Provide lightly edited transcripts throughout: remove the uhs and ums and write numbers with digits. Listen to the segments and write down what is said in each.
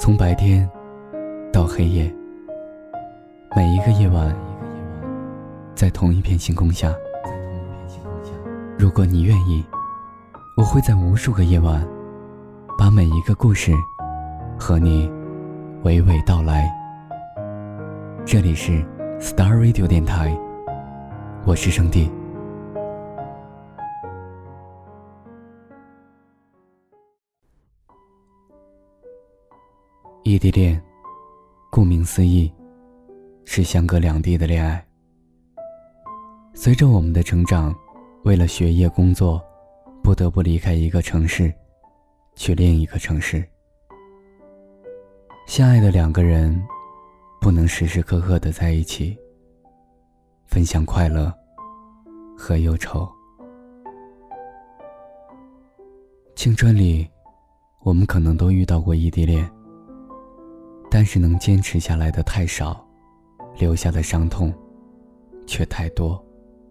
从白天到黑夜，每一个夜晚，在同一片星空下，如果你愿意，我会在无数个夜晚，把每一个故事和你娓娓道来。这里是 Star Radio 电台，我是圣地。异地恋，顾名思义，是相隔两地的恋爱。随着我们的成长，为了学业工作，不得不离开一个城市，去另一个城市。相爱的两个人，不能时时刻刻地在一起，分享快乐和忧愁。青春里，我们可能都遇到过异地恋，但是能坚持下来的太少，留下的伤痛却太多。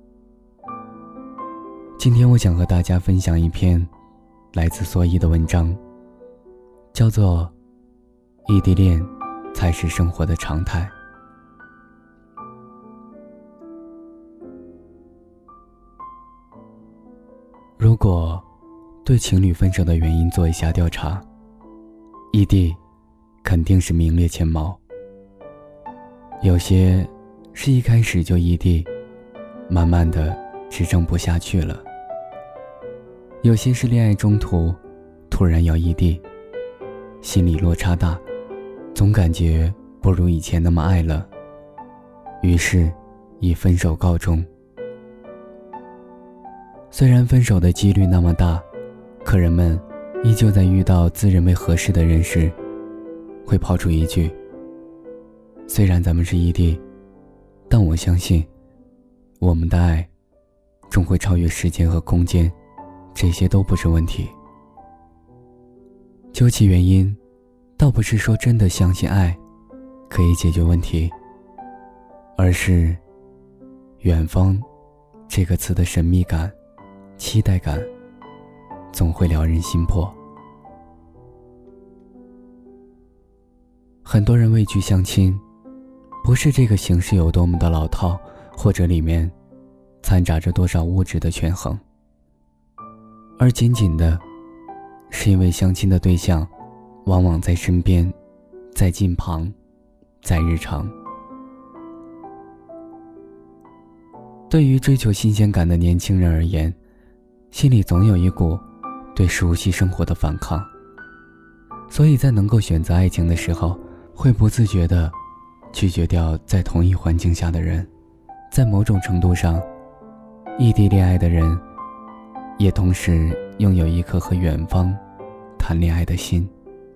今天我想和大家分享一篇来自蓑衣的文章，叫做《异地恋才是生活的常态》。如果对情侣分手的原因做一下调查，异地肯定是名列前茅。有些是一开始就异地，慢慢的支撑不下去了；有些是恋爱中途突然要异地，心理落差大，总感觉不如以前那么爱了，于是以分手告终。虽然分手的几率那么大，可人们依旧在遇到自认为合适的人时，会抛出一句：虽然咱们是异地，但我相信我们的爱终会超越时间和空间，这些都不是问题。究其原因，倒不是说真的相信爱可以解决问题，而是远方这个词的神秘感、期待感总会撩人心魄。很多人畏惧相亲，不是这个形式有多么的老套，或者里面掺杂着多少物质的权衡，而仅仅的是因为相亲的对象往往在身边，在近旁，在日常。对于追求新鲜感的年轻人而言，心里总有一股对熟悉生活的反抗，所以在能够选择爱情的时候，会不自觉地拒绝掉在同一环境下的人。在某种程度上，异地恋爱的人也同时拥有一颗和远方谈恋爱的心。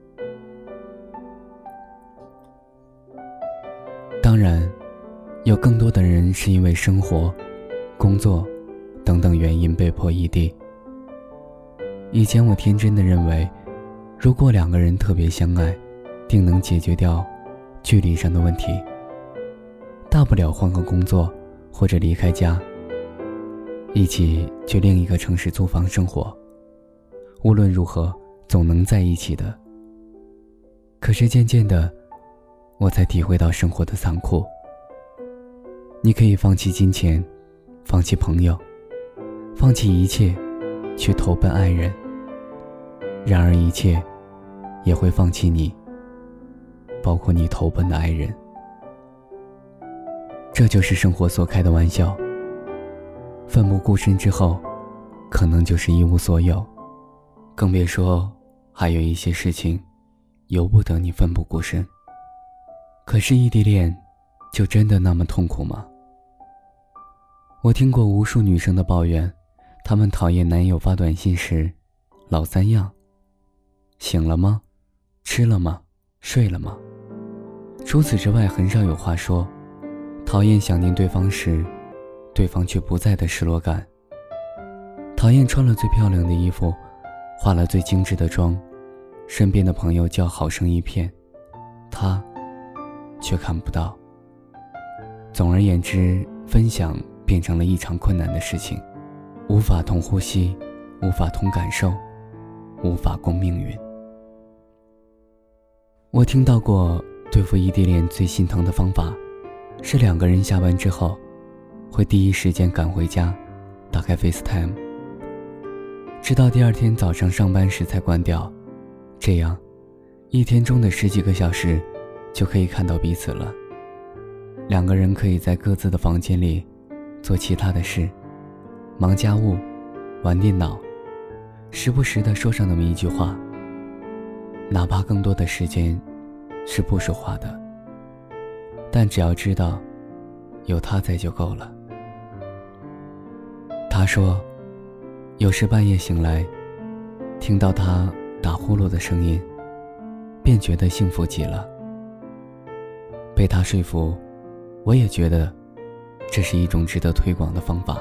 当然，有更多的人是因为生活、工作等等原因被迫异地。以前我天真地认为，如果两个人特别相爱，定能解决掉距离上的问题，大不了换个工作或者离开家，一起去另一个城市租房生活，无论如何总能在一起的。可是渐渐的，我才体会到生活的残酷。你可以放弃金钱，放弃朋友，放弃一切去投奔爱人，然而一切也会放弃你，包括你投奔的爱人。这就是生活所开的玩笑，奋不顾身之后，可能就是一无所有，更别说还有一些事情由不得你奋不顾身。可是异地恋就真的那么痛苦吗？我听过无数女生的抱怨，她们讨厌男友发短信时老三样：醒了吗？吃了吗？睡了吗？除此之外很少有话说。讨厌想念对方时对方却不在的失落感，讨厌穿了最漂亮的衣服，化了最精致的妆，身边的朋友叫好声一片，他却看不到。总而言之，分享变成了一场困难的事情，无法同呼吸，无法同感受，无法共命运。 我听到过对付异地恋最心疼的方法，是两个人下班之后会第一时间赶回家，打开 FaceTime， 直到第二天早上上班时才关掉，这样一天中的10几个小时就可以看到彼此了。两个人可以在各自的房间里做其他的事，忙家务，玩电脑，时不时地说上那么一句话，哪怕更多的时间是不说话的，但只要知道有他在就够了。他说有时半夜醒来听到他打呼噜的声音，便觉得幸福极了。被他说服，我也觉得这是一种值得推广的方法。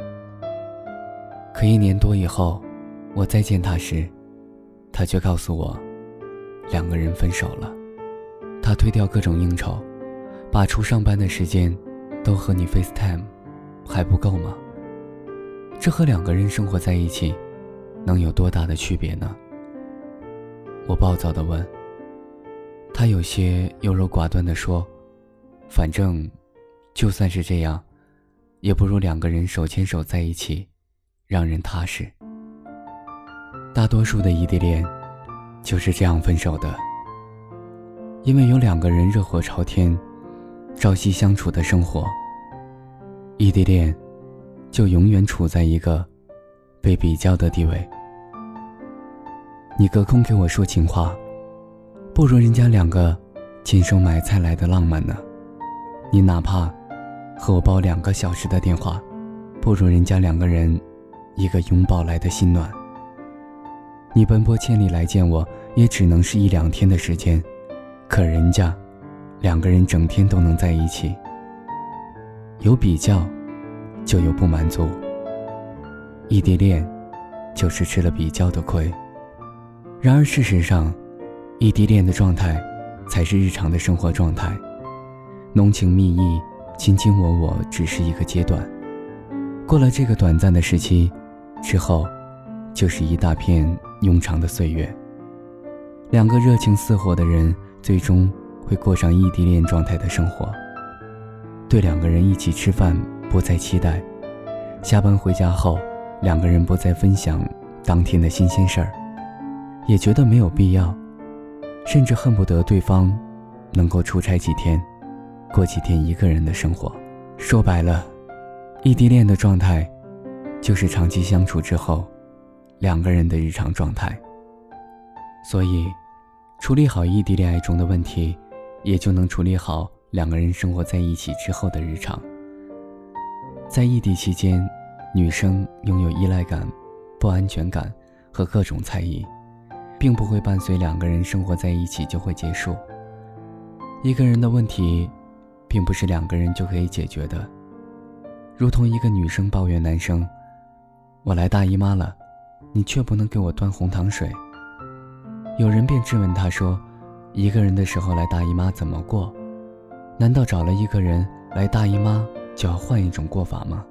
可1年多以后，我再见他时，他却告诉我两个人分手了。他推掉各种应酬，把除上班的时间都和你 FaceTime， 还不够吗？这和两个人生活在一起能有多大的区别呢？我暴躁地问。他有些优柔寡断地说，反正就算是这样，也不如两个人手牵手在一起让人踏实。大多数的异地恋就是这样分手的，因为有两个人热火朝天朝夕相处的生活，异地恋就永远处在一个被比较的地位。你隔空给我说情话，不如人家两个亲手买菜来的浪漫呢。你哪怕和我煲2个小时的电话，不如人家两个人一个拥抱来的心暖。你奔波千里来见我，也只能是1、2天的时间，可人家两个人整天都能在一起。有比较就有不满足，异地恋就是吃了比较的亏。然而事实上，异地恋的状态才是日常的生活状态，浓情蜜意，卿卿我我只是一个阶段，过了这个短暂的时期之后，就是一大片庸长的岁月。两个热情似火的人最终会过上异地恋状态的生活，对两个人一起吃饭不再期待，下班回家后两个人不再分享当天的新鲜事儿，也觉得没有必要，甚至恨不得对方能够出差几天，过几天一个人的生活。说白了，异地恋的状态就是长期相处之后两个人的日常状态。所以处理好异地恋爱中的问题，也就能处理好两个人生活在一起之后的日常。在异地期间，女生拥有依赖感、不安全感和各种猜疑，并不会伴随两个人生活在一起就会结束。一个人的问题并不是两个人就可以解决的。如同一个女生抱怨男生，我来大姨妈了，你却不能给我端红糖水。有人便质问他说，一个人的时候来大姨妈怎么过？难道找了一个人来大姨妈就要换一种过法吗？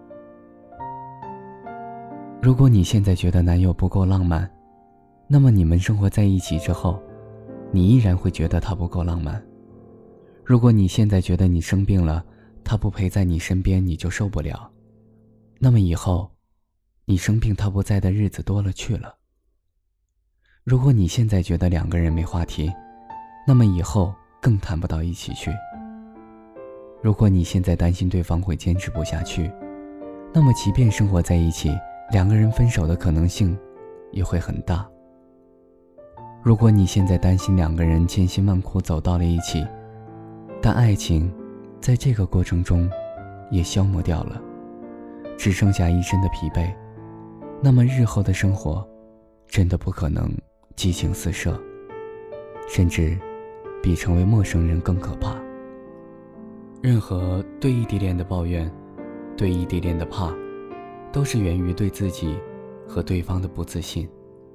如果你现在觉得男友不够浪漫，那么你们生活在一起之后，你依然会觉得他不够浪漫。如果你现在觉得你生病了，他不陪在你身边你就受不了，那么以后你生病他不在的日子多了去了。如果你现在觉得两个人没话题，那么以后更谈不到一起去。如果你现在担心对方会坚持不下去，那么即便生活在一起，两个人分手的可能性也会很大。如果你现在担心两个人千辛万苦走到了一起，但爱情在这个过程中也消磨掉了，只剩下一身的疲惫，那么日后的生活真的不可能激情四射，甚至比成为陌生人更可怕。任何对异地恋的抱怨，对异地恋的怕，都是源于对自己和对方的不自信。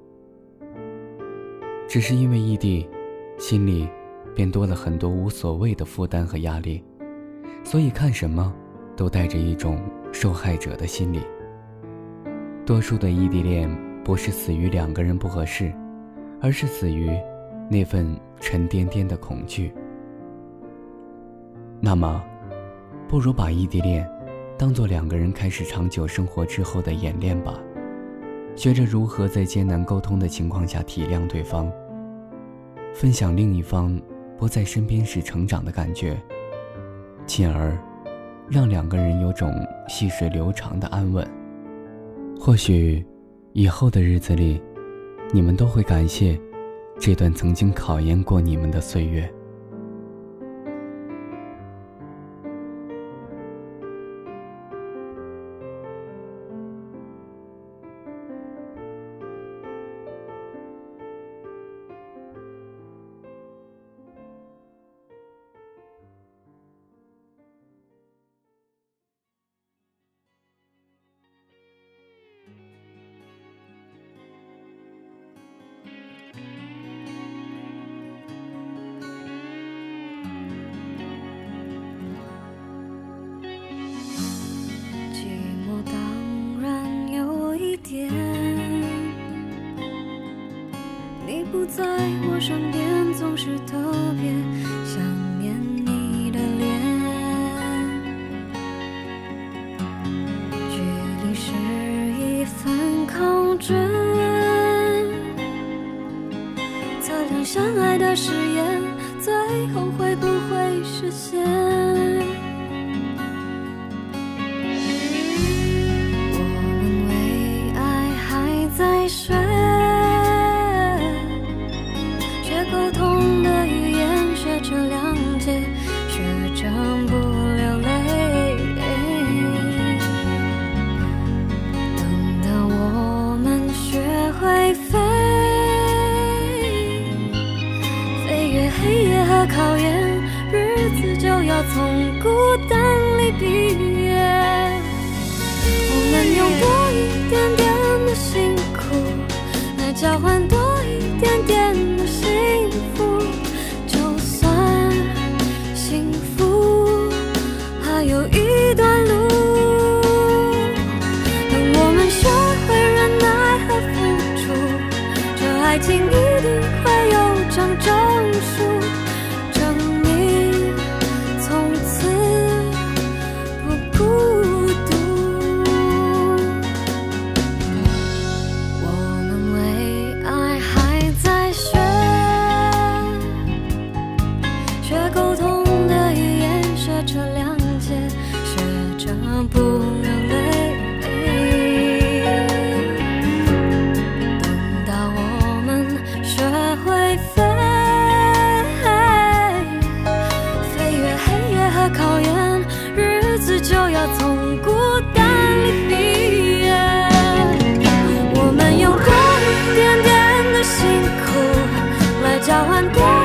只是因为异地，心里便多了很多无所谓的负担和压力，所以看什么都带着一种受害者的心理。多数的异地恋不是死于两个人不合适，而是死于那份沉甸甸的恐惧。那么，不如把异地恋当作2个人开始长久生活之后的演练吧，学着如何在艰难沟通的情况下体谅对方，分享另一方不在身边时成长的感觉，进而让2个人有种细水流长的安稳。或许以后的日子里，你们都会感谢这段曾经考验过你们的岁月。 你不在我身边，总是特别想念你的脸。距离是一份考卷，测量相爱的誓言，最后会不会实现？在学沟通的语言，学着谅解，学着不流泪。等到我们学会飞，飞越黑夜和考验，日子就要从孤单里毕业。我们用多一点点的辛苦来交换多一点点的幸福，就算幸福还有一段路。等我们学会忍耐和付出，这爱情一定会有张证书，证明从此不孤独。沟通的语言，学着谅解，学着不流泪。等到我们学会飞，飞越黑夜和考验，日子就要从孤单里毕业。我们用多一点点的辛苦来交换多